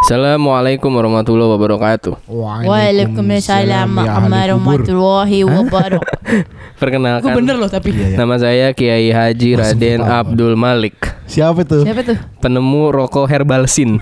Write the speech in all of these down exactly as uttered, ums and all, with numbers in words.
Assalamualaikum warahmatullahi wabarakatuh. Waalaikumsalam warahmatullahi wabarakatuh. Perkenalkan, gue bener loh tapi iya, iya. Nama saya Kiai Haji Raden Abdul Malik. Siapa tuh? Siapa tuh? Penemu rokok Herbalsin.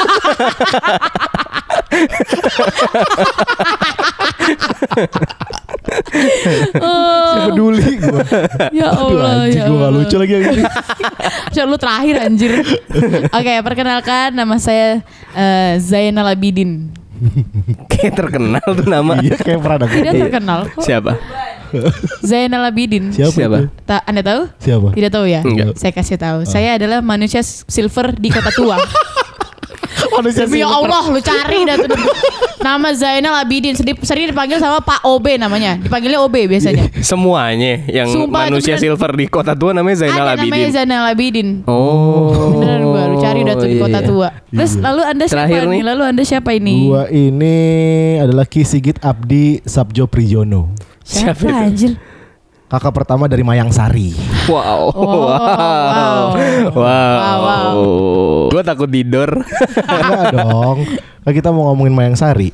Oh. Si peduli gue. Ya Allah. Aduh, anjing, ya gue gak lucu lagi yang ini. Siapa lu terakhir anjir. Oke, perkenalkan nama saya uh, Zainal Abidin. Kayak terkenal tuh nama. Iya kayak pernah ada. Tidak terkenal kok. Siapa? Zainal Abidin. Siapa? Siapa? Ta- Anda tahu? Siapa? Tidak tahu ya? Enggak. Saya kasih tahu. Oh. Saya adalah manusia silver di kota tua. Manusia Demi Allah, lu cari dah tuh. Nama Zainal Abidin sering, sering dipanggil sama Pak O B namanya. Dipanggilnya O B biasanya. Semuanya yang Sumpah, manusia silver di kota tua namanya Zainal Ada Abidin. namanya Zainal Abidin. Oh. Beneran gua, lu cari dah tuh di kota iya. tua. Terus lalu Anda siapa Terakhir nih? nih. Lalu Anda siapa ini? Gua ini adalah Ki Sigit Abdi Sabjo Priyono. Siapa Siapa itu? anjir? Kakak pertama dari Mayang Sari. Wow. Oh, wow. Wow. Wow, wow. Gue takut didor. Enggak dong. Kan kita mau ngomongin Mayang Sari.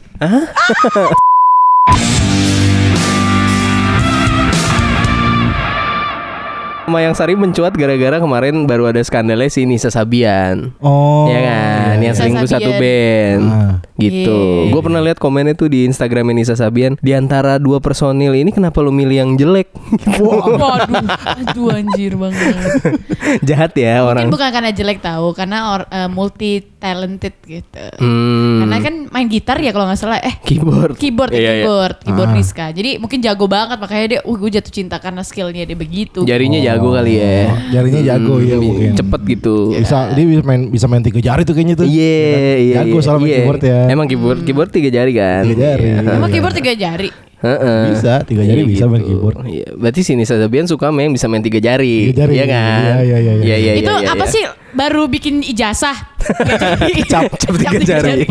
Mayang Sari mencuat gara-gara kemarin baru ada skandalnya si Nisa Sabian. Oh. Ya kan, yang Nisa selingkuh satu Sabian. band. Ah. Gitu. Yeah. Gue pernah lihat komennya tuh di Instagramnya Nisa Sabian. Di antara dua personil ini kenapa lu milih yang jelek? Waduh, aduh anjir banget. Jahat ya orang. Mungkin bukan karena jelek tahu, karena or, uh, multi talented gitu. Hmm. Karena kan main gitar ya kalau nggak salah. Eh, Keyboard. keyboard, ya, Iya, iya. keyboard, keyboard Ah. Rizka. Jadi mungkin jago banget makanya dia, uh gue jatuh cinta karena skillnya dia begitu. Jarinya Oh. jago kali ya. Jarinya jago ya mungkin. Cepet gitu. Bisa dia bisa main bisa main tiga jari tuh kayaknya tuh. Iya, iya. Jago iya, soal main iya. keyboard ya. Emang keyboard, keyboard tiga jari kan? Tiga jari. Iya. Emang keyboard tiga jari. Heeh. Bisa, tiga jari Iya bisa main gitu. keyboard. Iya, berarti si Nisa Sabian suka main bisa main tiga jari. Tiga jari. Iya kan? Iya, iya, iya, iya. Iya, Itu iya, apa iya. sih? Baru bikin ijazah. Cap, cap tiga jari.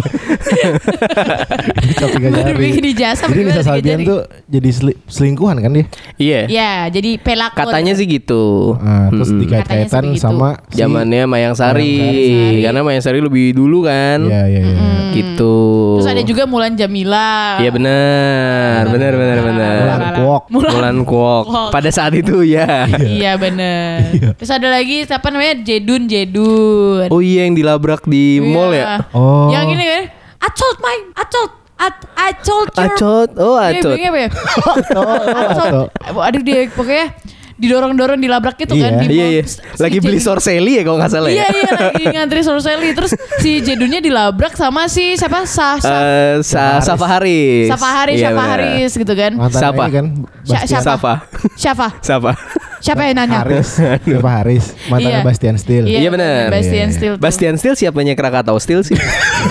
Cap tiga Baru jari. bikin ijazah. Jadi bagaimana Nisa tiga Sabian jari? tuh jadi seli- selingkuhan kan dia? Iya. Ya, jadi pelakon. Katanya sih gitu. Nah, terus Mm-mm. dikait-kaitan Katanya sih sama si- Zamannya Mayang Sari. Mayang Sari. Karena Mayang Sari lebih dulu kan. Iya, iya, iya. Hmm. Gitu. Terus ada juga Mulan Jamila. Iya benar, benar, benar, benar. Mulan Kuok. Mulan Kuok. Kuok. Pada saat itu ya. Iya bener. Terus ada lagi siapa namanya Jedun Jedun. Oh iya yang dilabrak di Iya. mall ya. Oh. Yang ini kan I told my I told I, I told your Acot. Oh Dia acot. bilangnya apa ya? Oh, I told- Aduh dia pokoknya didorong-dorong dilabrak gitu kan Iya. di Iya mall. iya. Terus si Lagi beli Jedun- sorseli ya kalau nggak salah Iya ya. iya lagi ngantri sorseli. Terus si Jedunnya dilabrak sama si siapa? Sa, sa, Eh, Sa Safa Haris. Safa Haris, Iya, Safa benar. Haris gitu kan. Mantan Siapa? ini kan Sya- Bastian siapa? Safa. Siapa? Safa. Siapa yang nanya? Haris. Siapa Haris? Mantannya Iya. Bastian Steel. Iya, Iya, benar. Bastian Iya. Steel tuh. Bastian Steel siapanya Krakatau Steel sih?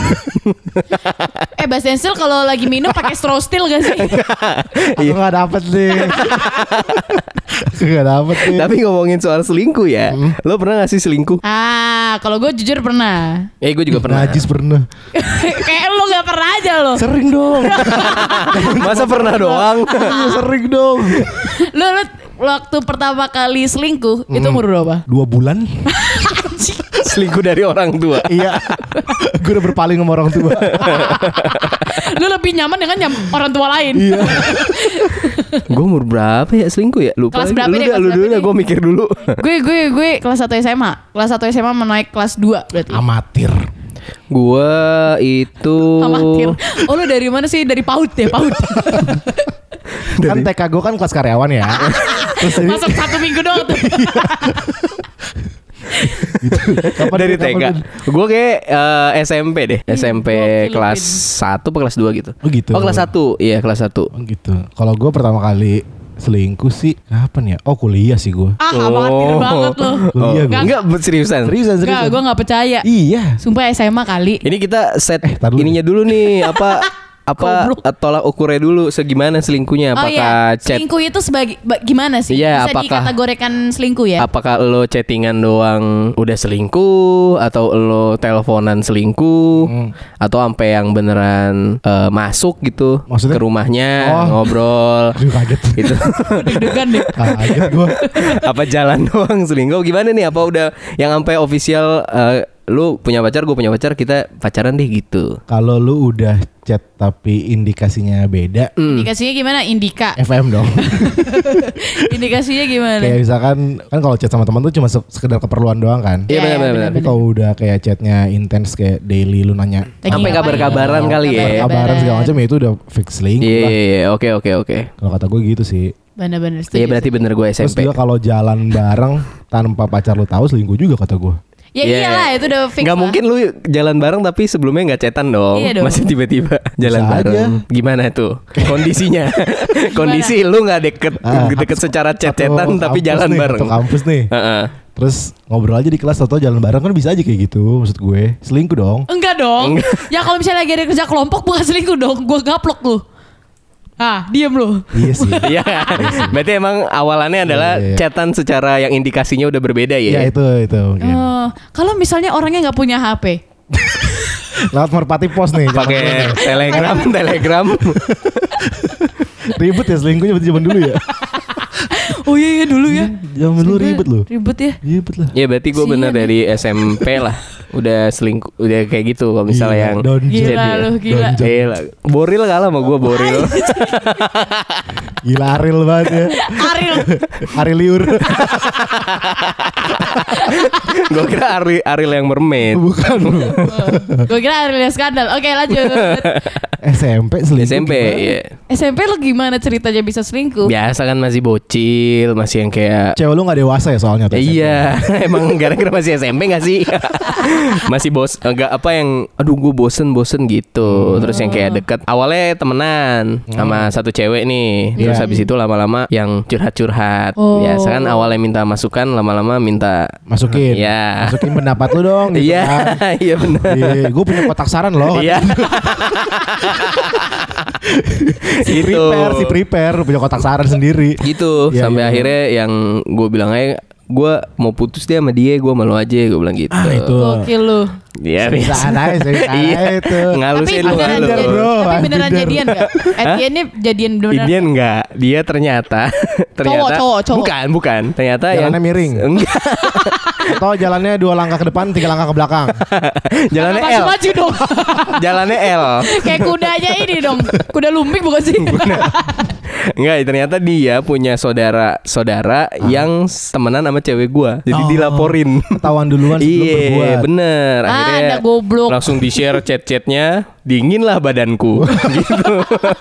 Eh Bastian Steel kalau lagi minum pakai straw steel gak sih? Aku nggak dapet nih. Aku nggak dapet nih. Tapi ngomongin soal selingkuh ya, lo pernah gak sih selingkuh? Ah, kalau gue jujur pernah. Eh gue juga pernah. Najis pernah. Kayak lo gak pernah aja lo. Sering dong. Masa pernah doang? Iya, sering dong. Lo, lo waktu pertama kali selingkuh itu umur berapa? Dua bulan. Selingkuh dari orang tua. Iya. Gue udah berpaling sama orang tua. Lo lebih nyaman dengan nyam orang tua lain. Iya. Gue umur berapa ya selingkuh ya? Lupa. Kelas lagi. berapa Lu deh, dah, kelas lu berapa dulu dah, deh? gue mikir dulu. Gue gue gue kelas satu S M A. Kelas satu S M A menaik kelas dua berarti. Amatir. Gue itu Amatir. Oh lo dari mana sih? Dari PAUD ya PAUD. Kan T K gue kan kelas karyawan ya. Terus ini Masuk satu minggu doang tuh. gitu. Kapan dari Din? T K. Kapan, Din? Gue kayak eh, S M P deh. S M P gokil, kelas Din. satu atau kelas dua gitu. Oh gitu. Oh kelas satu. Iya kelas satu. Oh gitu. Kalau gue pertama kali selingkuh sih kapan ya? Oh kuliah sih gue. Ah amatir banget lo. Kuliah gue. Enggak seriusan. Seriusan Enggak, seriusan. gue gak percaya. Iya. Sumpah S M A kali. Ini kita set Eh, tar dulu ininya dulu nih apa apa Goblok. eh, tolak ukurnya dulu segimana selingkuhnya Oh apakah iya, chat selingkuh itu sebagai ba- gimana sih? Iya, Bisa apakah- dikategorikan selingkuh ya? apakah lo chattingan doang udah selingkuh atau lo teleponan selingkuh Hmm. atau sampai yang beneran eh, masuk gitu Maksudnya? ke rumahnya Oh. ngobrol Aduh kaget. itu Deg-degan deh. Kaget gue. apa jalan doang selingkuh gimana nih apa udah yang sampai official eh, lu punya pacar, gue punya pacar, kita pacaran deh gitu. Kalau lu udah chat tapi indikasinya beda, Hmm. Indikasinya gimana? Indika. F M dong. Indikasinya gimana? Kayak misalkan kan kalau chat sama teman tuh cuma se- sekedar keperluan doang kan. Iya Ya, benar ya, benar. Tapi kalau udah kayak chatnya intens kayak daily lu nanya Lagi Sampai ngapain? kabar-kabaran kali ya. Kabar-kabaran. kabaran segala macam ya itu udah fix selingkuh Iya lah. iya iya, oke oke oke. Kalau kata gue gitu sih. Bener-bener setuju. Iya berarti bener gue S M Terus P. juga kalau jalan bareng tanpa pacar lu tahu selingkuh juga kata gue. Ya Iya, iyalah iya. itu udah fix Nggak lah. mungkin lu jalan bareng tapi sebelumnya nggak chatan dong. Iya dong. Masih tiba-tiba jalan Bisa bareng. Gimana tuh kondisinya? Kondisi lu nggak deket Ah, deket secara Satu chat-chatan tapi kampus jalan nih, bareng. satu kampus nih. Heeh. Terus ngobrol aja di kelas atau jalan bareng kan bisa aja kayak gitu maksud gue. Selingkuh dong. Enggak dong. Ya kalau misalnya lagi ada kerja kelompok bukan selingkuh dong. Gue gaplok lu. Ah, diem lu. Iya sih. Iya. Berarti emang awalannya adalah Iya, iya. chatan secara yang indikasinya udah berbeda ya. Ya itu itu mungkin. Eh, kalau misalnya orangnya nggak punya H P, Lewat merpati pos nih. zaman Pakai dulu. Telegram, Telegram. Ribet ya selingkuhnya berarti zaman dulu ya. oh iya iya dulu ya. Zaman dulu ribet loh. Ribet ya. Ribet lah. Ya berarti gue Kasian bener ya. dari S M P lah. Udah selingkuh, udah kayak gitu kalau misalnya Gila, yang donjok. Gila jadi- lu, gila. Donjok. Gila. Boril kalah sama gue Boril. Gila Aril banget ya. Ariel. Aril liur. Gue kira Ari, Ariel yang mermaid. Bukan bro. Gue kira Ariel skandal. Oke lanjut. S M P selingkuh. S M P gimana? ya. S M P lu gimana ceritanya bisa selingkuh? Biasa kan masih bocil, masih yang kayak Cewek lu gak dewasa ya soalnya tuh S M P. iya, emang gara-gara masih S M P gak sih? Masih bos, enggak apa yang, aduh gue bosen bosen gitu. Terus yang kayak deket, awalnya temenan sama satu cewek nih. Terus Iya. habis itu lama-lama yang curhat-curhat. Oh. Biasa kan awalnya minta masukan, lama-lama minta Masukin. Iya. Masukin pendapat lu dong gitu Iya, kan. iya benar. Gue punya kotak saran loh. Iya. Si Gitu. prepare, si prepare punya kotak saran sendiri. Gitu Iya, sampai iya. akhirnya yang gue bilang aja gue mau putus dia sama dia, gue malu aja, gue bilang gitu. Ah, itu. Gokil lu. Iya Seriusan biasa. aja, seriusan Iya. aja itu. Tapi Ngalusin lu beneran, ngalu. Anjir, jadi- bro, tapi beneran anjir. jadian gak? Etienne jadian beneran. Indian enggak, dia ternyata ternyata cowok, cowok. bukan bukan ternyata Jalannya yang miring. enggak Atau jalannya dua langkah ke depan, tiga langkah ke belakang. jalannya Maju L maju dong. jalannya L Kayak kudanya ini dong. Kuda lumping bukan sih? enggak ternyata dia punya saudara saudara yang temenan sama cewek gua jadi Oh. dilaporin. Ketahuan duluan sebelum Iya berbuat. bener Ah, akhirnya ada goblok. langsung di share chat-chatnya dingin lah badanku gitu.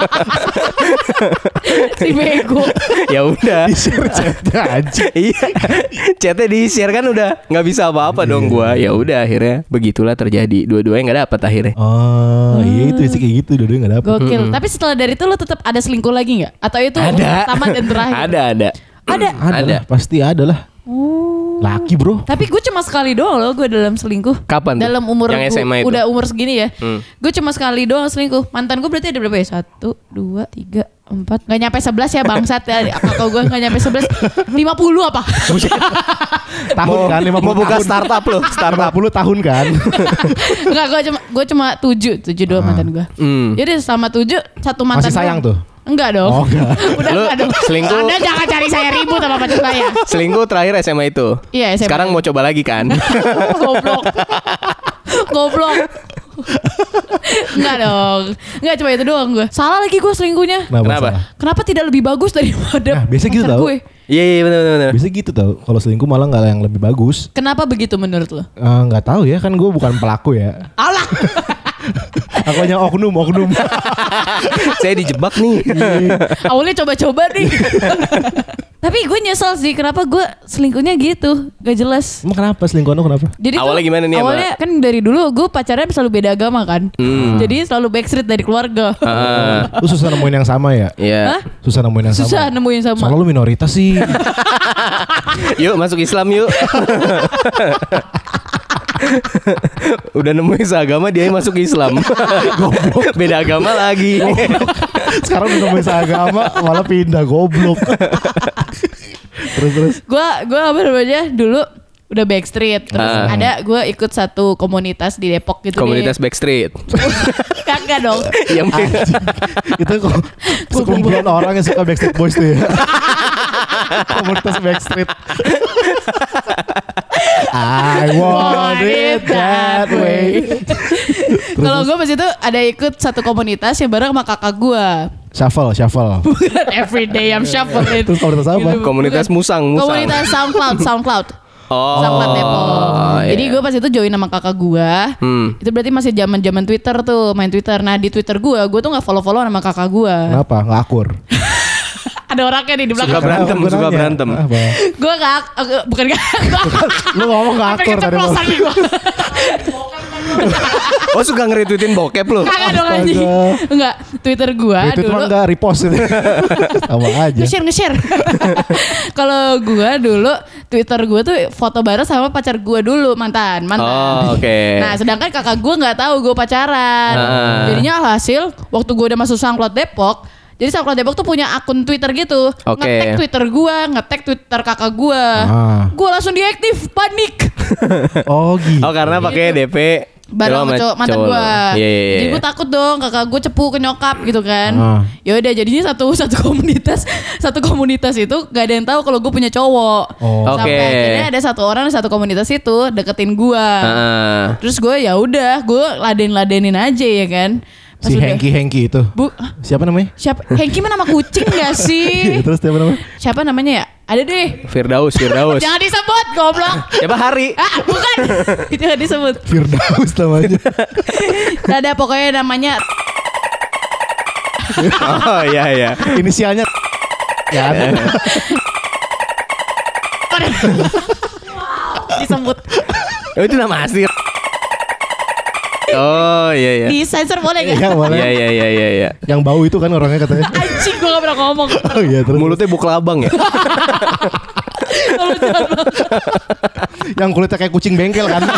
Si bego. Ya udah Di-share chatnya anjing. iya chatnya di share kan udah nggak bisa apa-apa dong gua. Ya udah akhirnya begitulah terjadi, dua-duanya nggak dapet akhirnya. Oh iya itu sih kayak gitu. Dua-duanya gak dapet. Gokil. Tapi setelah dari itu lo tetap ada selingkuh lagi nggak? Atau itu Ada pertama dan terakhir? ada ada Ada. Ada, Ada. lah, pasti ada lah. Oh. Laki bro. Tapi gue cuma sekali doang loh gue dalam selingkuh. Kapan tuh? Dalam umur Yang S M A gua- itu? udah umur segini ya. Hmm. Gue cuma sekali doang selingkuh. Mantan gue berarti ada berapa ya? Satu, dua, tiga, empat. Gak nyampe sebelas ya bangsat ya. Kakak gue gak nyampe sebelas. Lima puluh apa? Tahun mau, kan lima mau puluh buka tahun. startup loh lima startup. puluh tahun kan. Enggak, gue cuma gue cuma tujuh, tujuh doang mantan gue. Hmm. Jadi sama tujuh satu mantan. Masih sayang gua- tuh? Enggak dong. Oh, enggak. Udah Lu enggak dong. selingkuh- Anda jangan cari saya ribut sama pacar saya. Selingkuh terakhir S M A itu. Iya, S M A. Sekarang mau coba lagi kan? Goblok. Goblok. Enggak dong. Enggak cuma itu doang gue. Salah lagi gue selingkuhnya. Kenapa? Kenapa? salah? Kenapa tidak lebih bagus daripada Nah, biasa gitu pacar tau. gue? Iya iya benar benar benar. Bisa gitu tau. Kalau selingkuh malah nggak yang lebih bagus. Kenapa begitu menurut lo? Eh, Nggak tahu ya kan gue bukan pelaku ya. Alah. Aku hanya oknum oknum. Saya dijebak nih. Awalnya coba-coba nih. Tapi gue nyesel sih kenapa gue selingkuhnya gitu. Gak jelas. Emang kenapa selingkuhan lo kenapa? Jadi Awalnya tuh, gimana nih, Awalnya kan dari dulu gue pacarnya selalu beda agama kan. Hmm. Jadi selalu backstreet dari keluarga. Ah, Lu susah nemuin yang sama ya? iya. Hah? Susah nemuin yang Susah sama. nemuin sama. Soalnya lu minoritas sih. Yuk masuk Islam yuk. Udah nemuin seagama dia masuk Islam. Beda agama lagi. Sekarang udah nemuin seagama malah pindah goblok. Terus terus. Gue gue apa namanya dulu udah backstreet. Terus Ah. ada gue ikut satu komunitas di Depok gitu. Komunitas Backstreet. deh. Kagak dong. Yang Itu kok sekumpulan orang yang suka Backstreet Boys tuh ya. Komunitas Backstreet. I want it that way. Kalau gue pas itu ada ikut satu komunitas yang bareng sama kakak gue. Shuffle, shuffle. Bukan everyday I'm shuffling. Terus komunitas apa? Gitu, Komunitas bukan. musang, musang. Komunitas SoundCloud, SoundCloud. Oh. SoundCloud Depok. iya. Jadi gue pas itu join sama kakak gue. Hmm. Itu berarti masih zaman-zaman Twitter tuh, main Twitter. Nah di Twitter gue, gue tuh nggak follow-follow sama kakak gue. Kenapa? Nggak akur. Ada orangnya nih di Suka belakang. berantem, Kenapa suka gunanya? berantem. Apa? Gue gak, bukan gak. Lu ngomong nggak Sampai akur tadi. keceplosan nih gue. Oh suka nge-retweetin bokep lu? Kagak dong anjing. Astaga. Enggak, Twitter gue Itu dulu. mah nggak repost itu. Sama aja. Nge-share, nge-share. Kalau gue dulu Twitter gue tuh foto bareng sama pacar gue dulu, mantan, mantan. Oh, oke. Nah, sedangkan kakak gue nggak tahu gue pacaran. Ah. Jadinya alhasil waktu gue udah masuk SoundCloud Depok, jadi SoundCloud Depok tuh punya akun Twitter gitu. Oke. Nge-tag Twitter gue, nge-tag Twitter kakak gue. Ah. Gue langsung diaktif, panik. Oh gitu. Oh karena pakai D P Bareng sama cowok mantan cowok gue. lu. Iya iya iya. Jadi gue takut dong kakak gue cepu ke nyokap gitu kan. Ah. Ya udah jadinya satu satu komunitas satu komunitas itu gak ada yang tahu kalau gue punya cowok. Oh. Sampai Oke. akhirnya ada satu orang di satu komunitas itu deketin gue. Heeh. Terus gue ya udah gue laden-ladenin aja ya kan. Pas Si udah- Hengki Hengki itu. Bu, ah, Siapa namanya? siapa? Hengki mah nama kucing gak sih? Terus siapa namanya? Siapa namanya ya? Ada deh. Firdaus, Firdaus. Jangan disebut, goblok. Siapa Hari? Ah, bukan. Jangan disebut. Firdaus namanya. Ada pokoknya namanya Oh iya iya. Inisialnya ya. disebut. Oh itu nama asli. Oh iya iya. Di sensor boleh gak? Iya boleh. Iya iya iya iya iya. Yang bau itu kan orangnya katanya. Anjing gue gak pernah ngomong. Oh iya terus. Mulutnya buklabang ya. Yang kulitnya kayak kucing bengkel kan.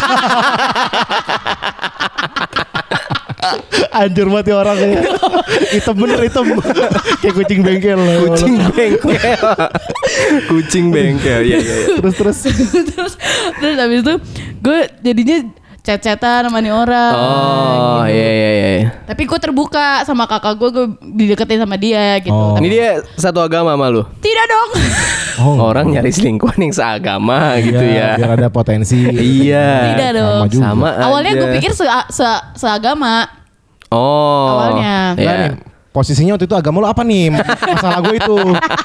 Anjir mati orangnya. Hitam bener hitam. Kayak kucing bengkel. Kucing bengkel. Kucing bengkel. Iya iya iya. Terus terus. terus terus habis itu gue jadinya chat-chatan sama nih orang. Oh iya iya iya. Tapi gue terbuka sama kakak gue, gue dideketin sama dia gitu. Oh. Ini dia satu agama sama lu. Tidak dong. Oh, Orang nyari selingkuhan yang seagama gitu ya. Biar ada potensi. Iya. Tidak dong. Sama juga. Sama Awalnya aja. gue pikir se se seagama. Oh. Awalnya. Enggak Iya. nih, posisinya waktu itu agama lu apa nih? Masalah gue itu.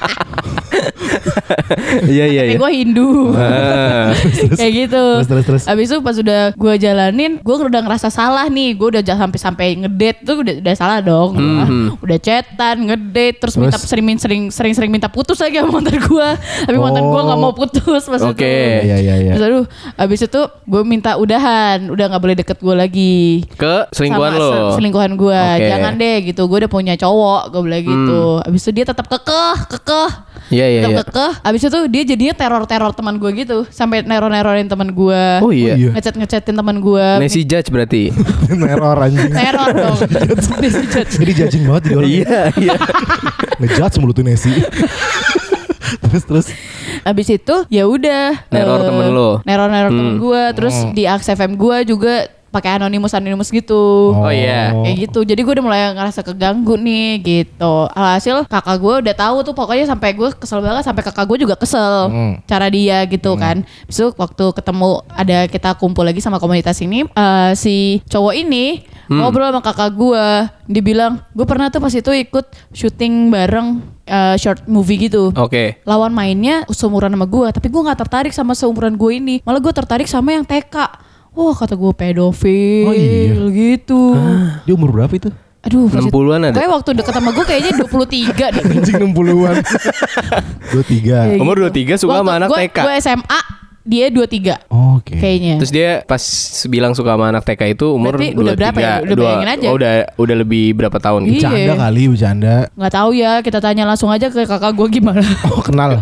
Iya iya Tapi iya. gue Hindu. Ah. Kayak gitu. Terus terus terus. Abis itu pas udah gue jalanin, gue udah ngerasa salah nih. Gue udah sampai sampai ngedate tuh udah udah salah dong. Mhm. Udah chatan, ngedate, terus, Terus? minta sering sering sering sering minta putus lagi sama mantan gue. Tapi mantan gue nggak mau putus pas Oke. itu. Iya iya iya. Terus aduh, abis itu gue minta udahan, udah nggak boleh deket gue lagi. Ke selingkuhan Sama lo. se- selingkuhan gue. Oke. Jangan deh gitu. Gue udah punya cowok, gue bilang gitu. Abis itu dia tetap kekeh, kekeh. Iya iya Tetap iya. kekeh. Abis itu dia jadinya teror-teror teman gue gitu, sampai neror-nerorin teman gue. Oh iya. Iya. Ngechat-ngechatin teman gue. Nancy Judge berarti. Neror anjing. Teror dong. Nancy Judge. Jadi judging banget jadi orang. Iya iya. Ngejudge mulu tuh Nesi. Terus terus. Abis itu ya udah. Neror eh, temen lo. Neror-neror temen Hmm. gue. Terus Hmm. di Aks F M gue juga pakai anonimus anonimus gitu. Oh, iya. Kayak gitu. Jadi gue udah mulai ngerasa keganggu nih gitu. Alhasil kakak gue udah tahu tuh, pokoknya sampai gue kesel banget, sampai kakak gue juga kesel Hmm. cara dia gitu kan. Besok waktu ketemu ada kita kumpul lagi sama komunitas ini, eh, si cowok ini Hmm. ngobrol sama kakak gue. Dia bilang, gue pernah tuh pas itu ikut syuting bareng eh, short movie gitu. Oke. Lawan mainnya seumuran sama gue, tapi gue nggak tertarik sama seumuran gue ini. Malah gue tertarik sama yang T K. Wah kata gue pedofil Oh, iya. gitu. Dia umur berapa itu? Aduh enam puluhan ada. Kayak waktu deket sama gue kayaknya dua puluh tiga deh. Anjing enam puluhan. dua puluh tiga. Kayak Umur gitu. dua puluh tiga suka sama anak gue, T K. Gue S M A, dia dua puluh tiga Oke. kayaknya. Terus dia pas bilang suka sama anak T K itu umur Berarti dua udah puluh tiga. berapa ya? Udah bayangin aja. Oh, udah udah lebih berapa tahun gitu. Iya. Bercanda kali, bercanda. Nggak tahu ya, kita tanya langsung aja ke kakak gue gimana. Oh kenal.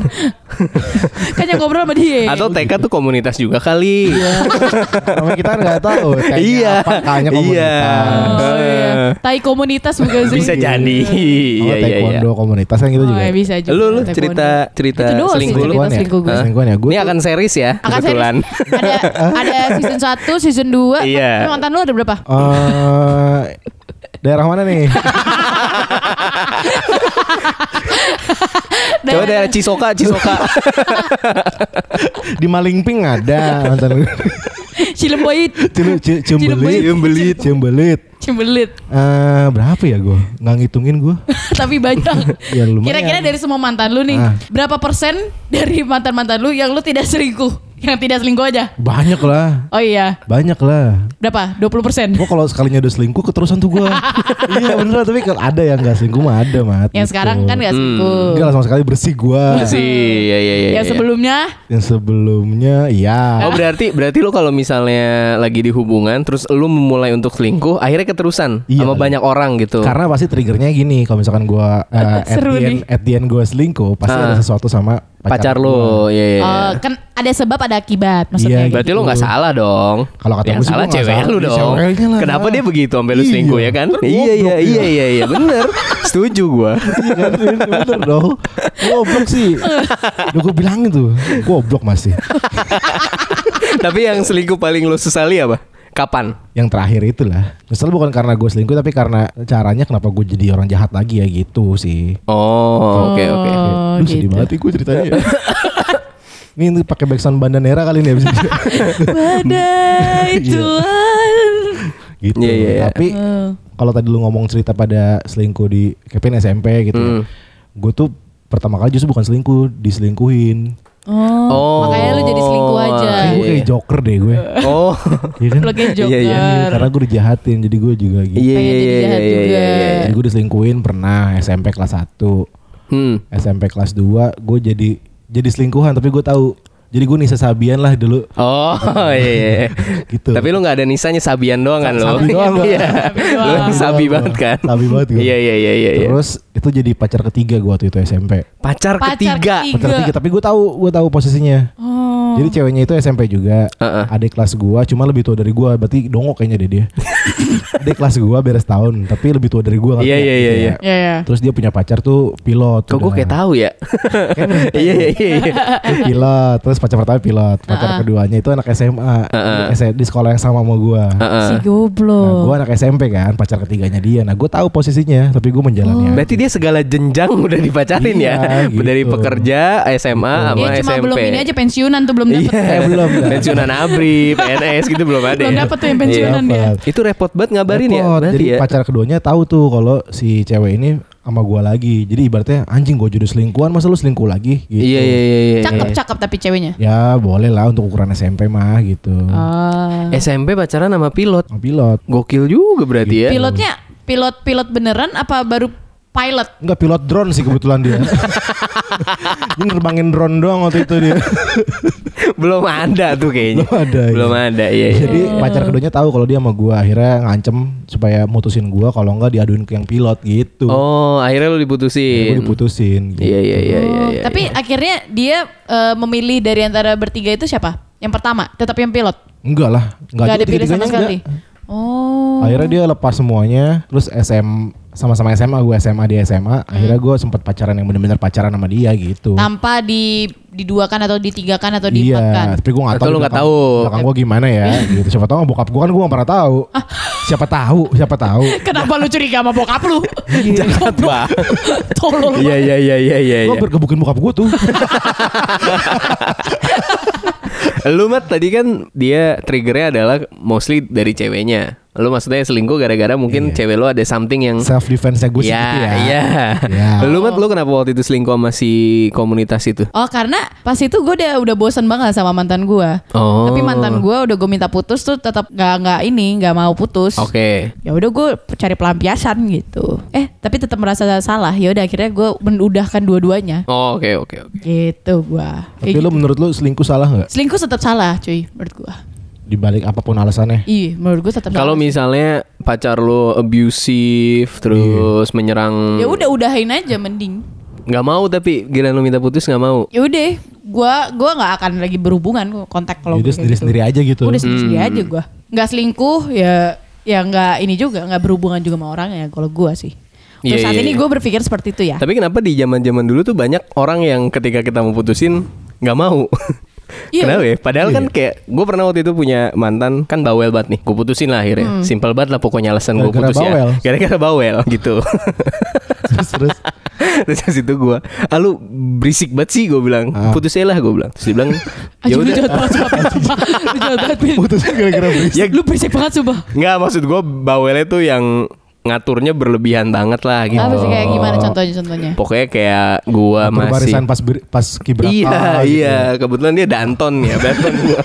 Kan yang ngobrol sama dia. Atau T K tuh komunitas juga kali. Namanya kita kan nggak tahu. Kayaknya Iya. apa, kayaknya Iya. komunitas. Oh iya. Tai komunitas bukan sih? Bisa jadi. Oh, Iya iya iya. taekwondo komunitas kan gitu Oh, juga. ya bisa juga. Lu lu Taekwondo. cerita cerita Itu doang sih selingkuh lu. cerita selingkuh gue. Hah? Selingkuhan ya. Gue Ini akan series ya Akan kebetulan. serius. ada ada season satu, season dua. Iya. Tapi mantan lu ada berapa? Eh, Daerah mana nih? Coba daerah Cisoka, Cisoka. Di Malingping ada mantan gue. Cilemboit. Cilu- Ci- Ciumbelit. Ciumbelit. Ciumbelit. Cimbelit. Eh, berapa ya gue? Nggak ngitungin gue. Tapi banyak. Ya lumayan. Kira-kira dari semua mantan lu nih, Ah. berapa persen dari mantan-mantan lu yang lu tidak selingkuh? Yang tidak selingkuh aja? Banyak lah. Oh iya. Banyak lah. Berapa? dua puluh persen? Gue kalau sekalinya udah selingkuh keterusan tuh gue. Iya bener. Tapi kalau ada yang gak selingkuh mah ada mat. Yang sekarang kan gak selingkuh. Enggak lah sama sekali bersih gue. Sih, ya ya ya. Yang ya. sebelumnya? Yang sebelumnya iya. Oh berarti berarti lu kalau misalnya lagi di hubungan terus lu memulai untuk selingkuh, akhirnya keterusan Iya sama kali. banyak orang gitu. Karena pasti triggernya gini. Kalau misalkan gue uh, at, Seru the end, nih. at the end gue selingkuh, pasti Ah. ada sesuatu sama pacar gua. lu, iya iya. Oh, kan ada sebab ada akibat maksudnya. Iya, Berarti gitu. lu nggak salah dong. Kalau kata yang gue sih salah gua nggak cewek salah. lu Iya, dong. ceweknya lah. Kenapa dia begitu sampai lu Iya. selingkuh ya kan? Kan Iya iya goblok iya ya. iya iya bener. Setuju gua. Iya kan bener dong. Goblok sih. Udah gue bilangin tuh. Goblok masih. Tapi yang selingkuh paling lu sesali apa? Kapan? Yang terakhir itulah. Misal bukan karena gue selingkuh, tapi karena caranya kenapa gue jadi orang jahat lagi ya gitu sih. Oh, oke oke. Oh, Duh sedih gitu. banget gue ceritanya ya. Ini untuk pakai backsound Bandanera kali ini abis itu. Badai Iya. Tuhan. Gitu. Iya, iya, iya. Tapi Oh. kalau tadi lu ngomong cerita pada selingkuh di Kevin S M P gitu ya. Hmm. Gue tuh pertama kali justru bukan selingkuh, diselingkuhin. Oh, Oh. makanya lu jadi selingkuh aja. Kayak Iya, gue kayak iya. joker deh gue. Oh. Iya kan? Lu kayak joker. Iya, iya. Iya, karena gue dijahatin, jadi gue juga gitu. Iya Pengen iya jadi iya jahat iya juga. iya. iya. Jadi gue diselingkuhin pernah S M P kelas satu. Hmm. S M P kelas dua gue jadi jadi selingkuhan tapi gue tahu. Jadi gue Nisa Sabian lah dulu Oh iya, iya. gitu. Tapi lu gak ada nisanya Sabian doang kan lu? Sabi doang gua. Iya. Sabi doang. Lu yang sabi Doang, banget kan? Sabi banget gue. Iya iya iya iya. iya. Terus itu jadi pacar ketiga gue waktu itu S M P. Pacar, Pacar ketiga. ketiga. Pacar ketiga tapi gue tahu gue tahu posisinya. Oh. Jadi ceweknya itu S M P juga. Uh-uh. Adik kelas gue cuma lebih tua dari gue. Berarti dongok kayaknya deh dia. Adik kelas gue beres tahun tapi lebih tua dari gue. Iya, iya, iya, iya. Ya ya. Terus dia punya pacar tuh pilot. Kok gue kayak tahu ya? Iya iya iya. iya. Dia pilot. Terus pacar pertama pilot. Pacar keduanya itu anak S M A. Uh-uh. Di- Di sekolah yang sama sama gue. Heeh. Si Nah, goblok. gue anak S M P kan, pacar ketiganya dia. Nah, gue tahu posisinya, tapi gue menjalannya. Berarti dia segala jenjang udah dipacarin Iya, ya? gitu. Dari pekerja, S M A, sama Dia cuma S M P. belum ini aja pensiunan tuh belum dapet. Iya, Eh, belum. pensiunan ABRI, P N S gitu belum ada. Belum ya? dapet tuh yang pensiunan Iya. dia. Itu repot banget ngabarin ya? Repot. Berarti Jadi ya? pacar keduanya tahu tuh kalau si cewek ini sama gue lagi. Jadi ibaratnya anjing gue jadi selingkuhan, masa lu selingkuh lagi? Gitu. Iya iya iya. iya. Cakep-cakep tapi ceweknya. Ya boleh lah untuk ukuran S M P mah gitu. Ah. S M P pacaran sama pilot. Sama pilot. Gokil juga berarti ya. Pilotnya pilot pilot beneran apa baru pilot? Enggak, pilot drone sih kebetulan dia. Dia nerbangin drone doang waktu itu dia. Belum ada tuh kayaknya. Belum ada, iya. Belum ada. Iya iya. Jadi pacar keduanya tahu kalau dia sama gue. Akhirnya ngancem supaya mutusin gue kalau enggak diaduin ke yang pilot gitu. Oh, akhirnya lu diputusin. Gue diputusin gitu. Iya iya iya iya. Oh, iya, tapi iya. akhirnya dia eh, memilih dari antara bertiga itu siapa? Yang pertama, tetap yang pilot. Enggak lah. Enggak Gak juga ada pilih sama tiga-tiganya sekali. enggak. Oh. Akhirnya dia lepas semuanya. Terus S M sama-sama S M A, gue S M A, dia S M A. Akhirnya gue sempat pacaran yang benar-benar pacaran sama dia gitu. Tanpa di diduakan atau ditigakan atau Iya, diempatkan. tapi gue nggak Atau tahu. lu di nggak belakang- tahu. belakang gue gimana ya? Gitu. Siapa tahu bokap gue kan gue nggak pernah tahu. Siapa tahu? Siapa tahu? Kenapa lu curiga sama bokap lu? Jahat banget. Tolol. Iya iya iya iya iya. Gue iya. bergebukin bokap gue tuh. Lu Mat tadi kan dia triggernya adalah mostly dari ceweknya. Lu maksudnya selingkuh gara-gara mungkin Iya. cewek lu ada something yang Self defense gue sih ya, gitu ya. iya. Iya. Lu Mat, lu kenapa waktu itu selingkuh sama si komunitas itu? Oh karena pas itu gue udah udah bosan banget sama mantan gue. Oh. Tapi mantan gue udah gue minta putus tuh tetap nggak nggak ini nggak mau putus. Oke. Ya udah gue cari pelampiasan gitu. Eh tapi tetap merasa salah. Ya udah akhirnya gue menudahkan dua-duanya. Oh, oke oke oke. Gitu gue. Tapi lu menurut lu selingkuh salah nggak? Selingkuh tetap salah cuy menurut gue. Di balik apapun alasannya. Iya menurut gue tetap Kalau salah. misalnya pacar lu abusive terus menyerang, Ya udah udahin aja mending. nggak mau tapi giliran lu minta putus nggak mau. Ya udah gue gue nggak akan lagi berhubungan gua kontak kalau Jadi gua kayak sendiri-sendiri aja gitu. Udah sendiri Hmm. aja gue. Nggak selingkuh ya ya nggak ini juga nggak berhubungan juga sama orang ya kalau gue sih. Terus Iya, saat iya, ini iya. gue berpikir seperti itu ya. Tapi kenapa di zaman-zaman dulu tuh banyak orang yang ketika kita mau putusin nggak mau? Iya. Kenapa ya? Padahal Iya. kan kayak gue pernah waktu itu punya mantan kan bawel banget nih. Gue putusin lah akhirnya. Simpel banget lah pokoknya alasan gue Gara-gara putus bawel. ya. Gara-gara bawel gitu. terus terus Terus dari situ gue, ah lu berisik banget sih gue bilang. Ah. Putus aja lah gue bilang. Terus dia bilang, Aja ya lu udah. jahat banget sumpah. Sumpah. Lu jahat banget Bin. putusnya gara-gara berisik. Ya Lu berisik banget sumpah. nggak maksud gue bawelnya tuh yang ngaturnya berlebihan banget lah gitu. Apa sih kayak gimana contohnya contohnya? Pokoknya kayak gue Atur masih. barisan pas ber- pas kibraka. Iya gitu. iya kebetulan dia Danton ya Danton gua.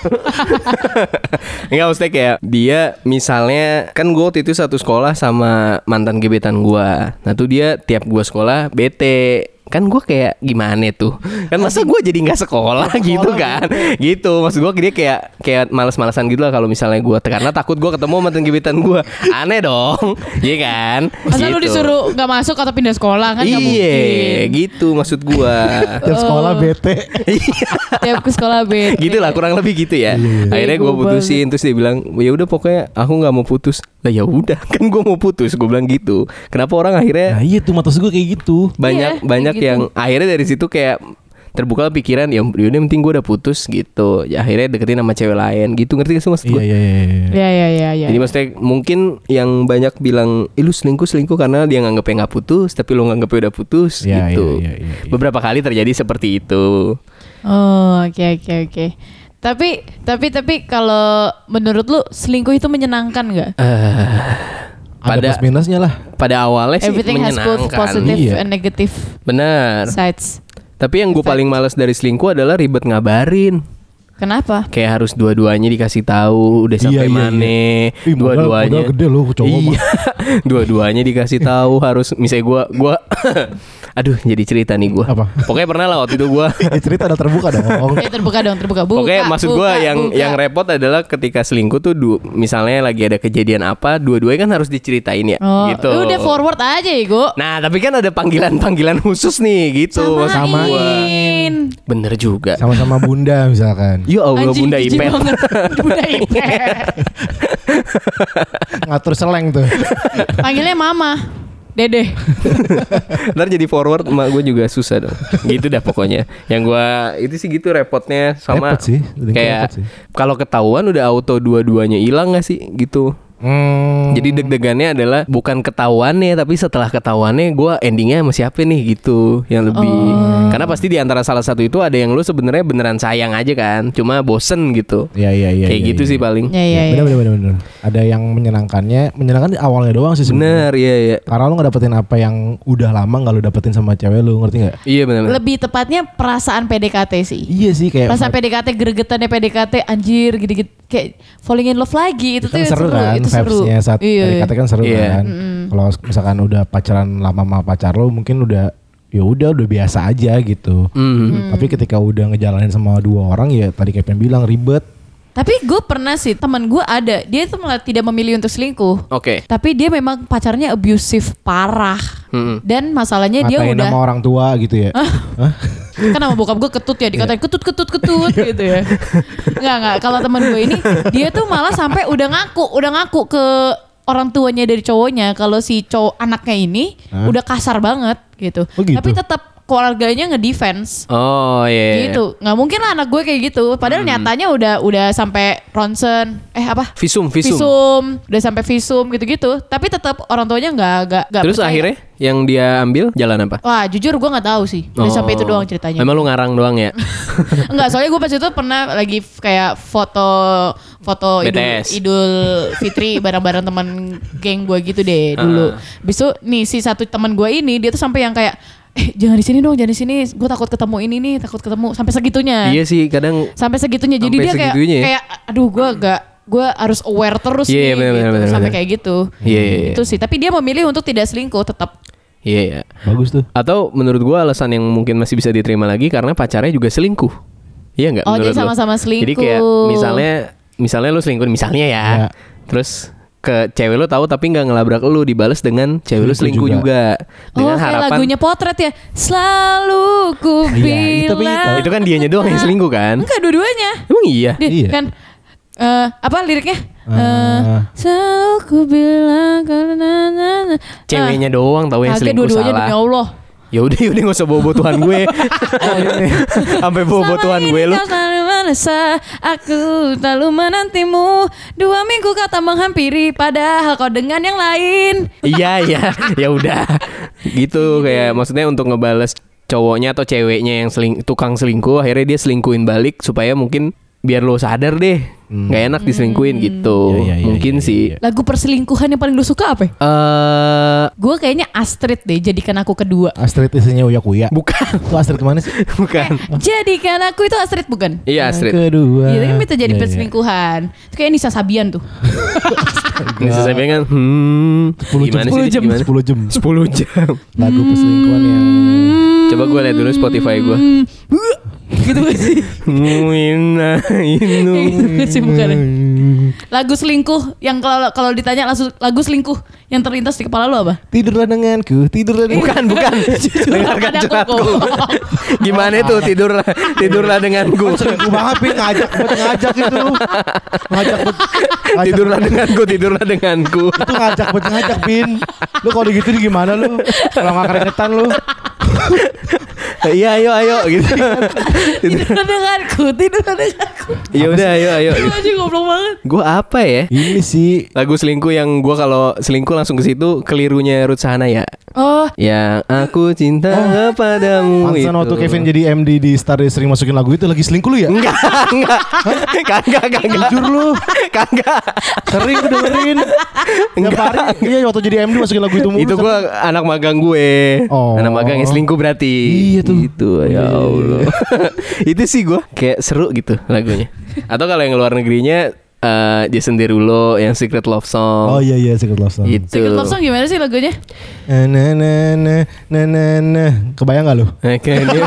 Enggak maksudnya kayak dia misalnya kan gue waktu itu satu sekolah sama mantan gebetan gua. Nah tuh dia tiap gua sekolah bete. Kan gue kayak gimana tuh. Kan masa gue jadi gak sekolah gitu kan. Gitu maksud gue dia kayak kayak males-malesan gitu lah kalau misalnya gue. Karena takut gue ketemu mantan gebetan gue. Aneh dong. Iya kan. Masa lu Gitu. disuruh gak masuk atau pindah sekolah kan gak mungkin. Iya gitu maksud gue. Tiap sekolah bete. Tiap ke sekolah bete. Gitu lah kurang lebih gitu ya. Akhirnya gue Bego putusin terus dia bilang ya udah pokoknya aku nggak mau putus. Lah ya udah kan gue mau putus gue bilang gitu. Kenapa orang akhirnya Nah iya tuh maksud gue kayak gitu. banyak Iya, banyak kayak gitu. yang akhirnya dari situ kayak terbuka pikiran ya udah yang penting gue udah putus gitu. Ya akhirnya deketin sama cewek lain gitu ngerti gak sih maksud Iya gue? iya iya. iya. Iya iya iya iya. Jadi maksudnya mungkin yang banyak bilang Ih, lu selingkuh selingkuh karena dia nganggepnya nggak putus tapi lu nganggepnya udah putus Iya, gitu. iya, iya, iya, iya. Beberapa kali terjadi seperti itu. Oh oke oke oke. Tapi tapi tapi kalau menurut lu selingkuh itu menyenangkan nggak? Ada Pada- plus minusnya lah. Pada awalnya sih Everything has both menyenangkan. positive Iya. and negative Bener. sides. Tapi yang gue paling males dari selingkuh adalah ribet ngabarin. Kenapa? Kayak harus dua-duanya dikasih tahu udah sampai Iya, iya, mana. iya. Ih, modal- Dua-duanya. modal gede loh, cowok mah. Iya. Dua-duanya dikasih tahu harus misalnya gue gua aduh jadi cerita nih gue. Apa? Pokoknya pernah lah waktu itu gue. Eh, cerita udah terbuka dong. Eh terbuka dong terbuka. Buka, Pokoknya maksud gue buka, yang buka. yang repot adalah ketika selingkuh tuh du, misalnya lagi ada kejadian apa, dua-duanya kan harus diceritain ya, Oh, gitu. lu udah forward aja ya Go. Nah tapi kan ada panggilan-panggilan khusus nih gitu. maksud gua. Samain. Bener juga. Sama-sama bunda misalkan. Ya Allah Anjing, Bunda jijik Ipet. banget. Bunda Ipet. Ngatur seleng tuh. Panggilnya Mama. Dede. Ntar jadi forward emak gue juga susah dong. Gitu dah pokoknya. Yang gue itu sih gitu repotnya sama Repot sih, lebih ke kayak repot sih. kalau ketahuan udah auto dua-duanya hilang gak sih gitu. Hmm. Jadi deg-degannya adalah bukan ketahuannya tapi setelah ketahuannya gue endingnya sama siapa nih gitu yang lebih. Karena pasti di antara salah satu itu ada yang lu sebenarnya beneran sayang aja kan, cuma bosen gitu. Iya iya iya. Kayak iya, gitu iya. sih paling. Ya ya Bener ya. bener bener bener. Ada yang menyenangkannya, menyenangkan di awalnya doang sih sebenarnya. Bener iya iya. Karena lu nggak dapetin apa yang udah lama nggak lu dapetin sama cewek lu, ngerti nggak? Iya bener bener. Lebih tepatnya perasaan P D K T sih. Iya sih kayak. Perasaan P D K T, gregetannya P D K T, anjir gitu-gitu kayak falling in love lagi itu kan tuh seru kan, itu seru. vibes-nya saat Iya. P D K T kan seru Iya. kan. Kalau misalkan udah pacaran lama sama pacar lo, mungkin udah ya udah udah biasa aja gitu. Hmm. Tapi ketika udah ngejalanin sama dua orang ya tadi kayak pengen bilang ribet. Tapi gue pernah sih teman gue ada dia tuh malah tidak memilih untuk selingkuh. Oke. Tapi dia memang pacarnya abusive parah. Hmm. Dan masalahnya dia Ngatain udah sama orang tua gitu ya. Hah? kan sama bokap gue ketut ya dikatain ketut ketut ketut gitu ya. Enggak enggak kalau teman gue ini dia tuh malah sampai udah ngaku udah ngaku ke orang tuanya dari cowoknya kalau si cowok anaknya ini Hah? udah kasar banget gitu. Oh gitu? Tapi tetap keluarganya ngedefense. Oh iya. Gitu. Nggak mungkin lah anak gue kayak gitu. Padahal nyatanya udah udah sampai ronsen eh apa? Visum, visum. Visum, udah sampai visum gitu-gitu. Tapi tetap orang tuanya nggak nggak nggak Terus percaya. akhirnya yang dia ambil jalan apa? Wah jujur gue nggak tahu sih. Udah Oh. sampai itu doang ceritanya. Emang lu ngarang doang ya? Enggak, soalnya gue pas itu pernah lagi f- kayak foto foto B T Idul, S. Idul Fitri bareng-bareng teman geng gue gitu deh dulu. Habis itu nih si satu teman gue ini dia tuh sampai yang kayak eh jangan di sini dong, jangan di sini. Gue takut ketemu ini nih, takut ketemu sampai segitunya. Iya sih kadang. Sampai segitunya. Jadi Sampai dia kayak segitunya ya? kayak aduh gue agak gue harus aware terus Iya, nih bener, gitu. bener, bener, sampai bener. kayak gitu. Iya, iya, iya. Itu sih. Tapi dia memilih untuk tidak selingkuh tetap. Iya ya. Bagus tuh. Atau menurut gua alasan yang mungkin masih bisa diterima lagi karena pacarnya juga selingkuh. Iya nggak? Oh, menurut jadi lu? sama-sama selingkuh. Jadi kayak misalnya misalnya lu selingkuh misalnya ya. Iya. Terus ke cewek lu tahu tapi nggak ngelabrak lu dibales dengan cewek lu Selingkuh selingkuh juga, dengan Oh kayak harapan lagunya Potret ya. Selalu ku Iya, itu tapi bilang. itu kan dianya doang yang selingkuh kan? Enggak dua-duanya. Emang iya? Dia Iya. kan eh, apa liriknya? Eh, Eh. selalu ku bilang karena na- na- Ceweknya doang tahu yang Kagak selingkuh dua-duanya salah. demi Allah. Ya udah, ya udah nggak usah bawa Tuhan gue. Sampai bawa Tuhan gue lu. Kau selalu merasa aku selalu menantimu. Dua minggu kata menghampiri, padahal kau dengan yang lain. Iya iya, ya udah. Gitu kayak maksudnya untuk ngebales cowoknya atau ceweknya yang seling, tukang selingkuh, akhirnya dia selingkuhin balik supaya mungkin biar lo sadar deh, nggak enak diselingkuhin gitu. Iya, iya, iya, Mungkin iya, sih. iya. Lagu perselingkuhan yang paling lu suka apa? Eh, Gue kayaknya Astrid deh, jadikan aku kedua. Astrid isinya Uya Kuya. bukan, Itu Astrid mana sih? bukan. Jadikan aku itu Astrid bukan? Iya Astrid. Kedua. Iya kan bisa jadi Iya, iya. perselingkuhan. Itu kayak Nisa Sabian tuh. Bisa saya pengen, hmm, sepuluh jam, gimana sepuluh sih? jam, Gimana? sepuluh jam. sepuluh jam. Lagu perselingkuhan yang Coba gue lihat dulu Spotify gue. Gitu gak sih? Muina inu. Gitu sih bukan. Lagu selingkuh yang kalau kalau ditanya langsung lagu selingkuh yang terlintas di kepala lu apa? Tidurlah denganku, tidurlah denganku. Bukan, bukan. Dengarkan Padaku, curhatku. kok. Gimana itu tidurlah tidurlah denganku. Selingkuh banget Pin, ngajak buat ngajak itu. Ngajak buat ngajak Tidurlah denganku, tidurlah denganku. itu ngajak buat ngajak Pin. Lu kalau gitu gimana lu? Kalau nggak keringetan lu. Iya, ayo ayo gitu. Tidur denganku, tidur denganku. Ya udah, ayo ayo. Lu aja goblok banget. Gue apa ya? Ini sih Lagu selingkuh yang gue kalau selingkuh langsung ke situ kelirunya Ruth Sahanaya. Oh, Yang aku cinta padamu itu. Pantesan waktu Kevin jadi M D di Star dia sering masukin lagu itu lagi selingkuh lu ya? Enggak, enggak. Kagak, kagak. Jujur lu, Kagak. sering gue dengerin. Tiap hari, iya waktu jadi M D masukin lagu itu mulu. Itu gue anak magang gue. Oh. Anak magang yang selingkuh berarti. Iya tuh. Gitu, ya Allah. Itu sih gue kayak seru gitu lagunya. Atau kalau yang luar negerinya eh, Jason Derulo yang Secret Love Song. Oh iya iya Secret Love Song. Gitu. Secret Love Song gimana sih lagunya? Na na na na na na na. Kebayang gak lu? Nah, kayak dia.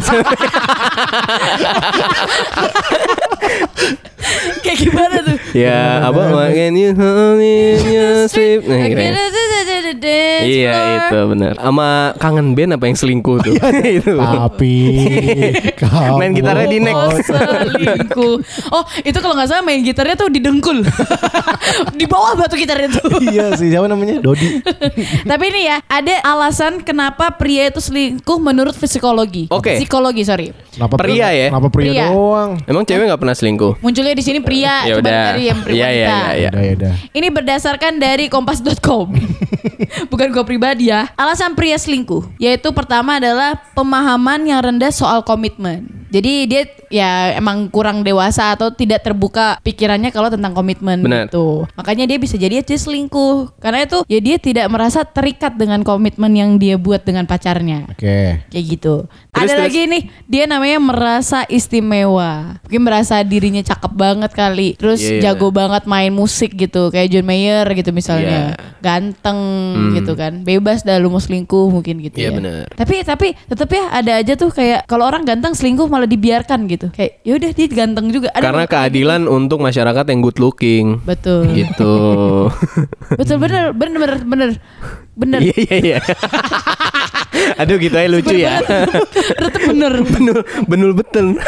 Kayak gimana tuh? Ya apa makan you hold in your sleep. Nah, kira-kira. Iya itu benar. Sama kangen band apa yang selingkuh tuh? Itu. Tapi kamu Main gitarnya di neck. Oh, selingkuh. Oh, itu kalau nggak salah main gitarnya tuh di dengkul. Di bawah batu gitarnya tuh. Iya sih, siapa namanya? Dodi. Tapi ini ya, ada alasan kenapa pria itu selingkuh menurut psikologi. Oke. Psikologi, sorry. Kenapa Pria ya? Kenapa pria, Pria. doang? Emang cewek nggak pernah selingkuh? Munculnya di sini pria, Ya coba udah. dari yang pria. Iya iya iya. iya. Udah ya udah. Ini berdasarkan dari kompas dot com. Bukan gue pribadi ya. Alasan pria selingkuh, yaitu pertama adalah pemahaman yang rendah soal komitmen. Jadi dia ya emang kurang dewasa atau tidak terbuka pikirannya kalau tentang komitmen Benar. gitu. Makanya dia bisa jadi aja selingkuh. Karena itu ya dia tidak merasa terikat dengan komitmen yang dia buat dengan pacarnya. Oke. Kayak gitu. Terus, Ada terus. lagi nih, dia namanya merasa istimewa. Mungkin merasa dirinya cakep banget kali. Terus Iya, iya. jago banget main musik gitu, kayak John Mayer gitu misalnya. Iya. Ganteng Hmm. gitu kan. Bebas dah lu mau selingkuh mungkin gitu Iya, ya. bener. Tapi tapi tetap ya ada aja tuh kayak kalau orang ganteng selingkuh malah dibiarkan gitu. Kayak ya udah dia ganteng juga. Ada Karena yang kayak keadilan untuk masyarakat yang good looking. gitu. Betul. Gitu. Betul bener bener bener bener. Bener. Iya iya iya. Aduh gitu aja lucu ya. Tetep bener. Benul benul betul.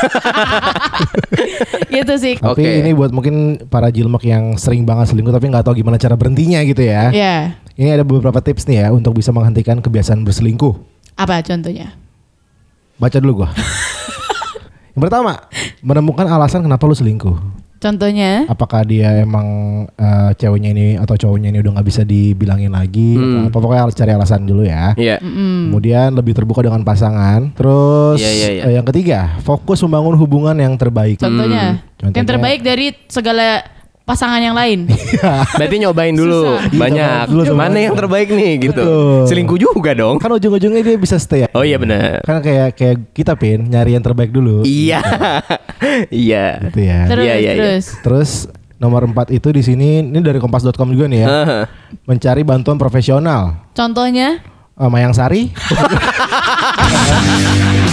Gitu sih. Tapi Oke. ini buat mungkin para jilmak yang sering banget selingkuh tapi nggak tahu gimana cara berhentinya gitu ya. Ya. Ini ada beberapa tips nih ya untuk bisa menghentikan kebiasaan berselingkuh. Apa contohnya? Baca dulu gua. Yang pertama, menemukan alasan kenapa lu selingkuh. Contohnya? Apakah dia emang eh, ceweknya ini atau cowoknya ini udah nggak bisa dibilangin lagi? Hmm. Apa pokoknya harus cari alasan dulu ya. Iya. Mm-mm. Kemudian lebih terbuka dengan pasangan. Terus Iya, iya, iya. eh, yang ketiga, fokus membangun hubungan yang terbaik. Contohnya, Hmm. yang Contohnya- terbaik dari segala pasangan yang lain. Berarti nyobain dulu Susah. banyak. Iya, dulu sama- Mana yang terbaik nih gitu. Betul. Selingkuh juga dong. Kan ujung-ujungnya dia bisa stay ya. Oh iya benar. Kan kayak kayak kita Pin nyari yang terbaik dulu. Iya. Iya. Gitu ya. Terus, Iya, iya, iya. terus. Terus nomor empat itu di sini ini dari kompas dot com juga nih ya. Heeh. Mencari bantuan profesional. Contohnya? Eh, Mayang Sari.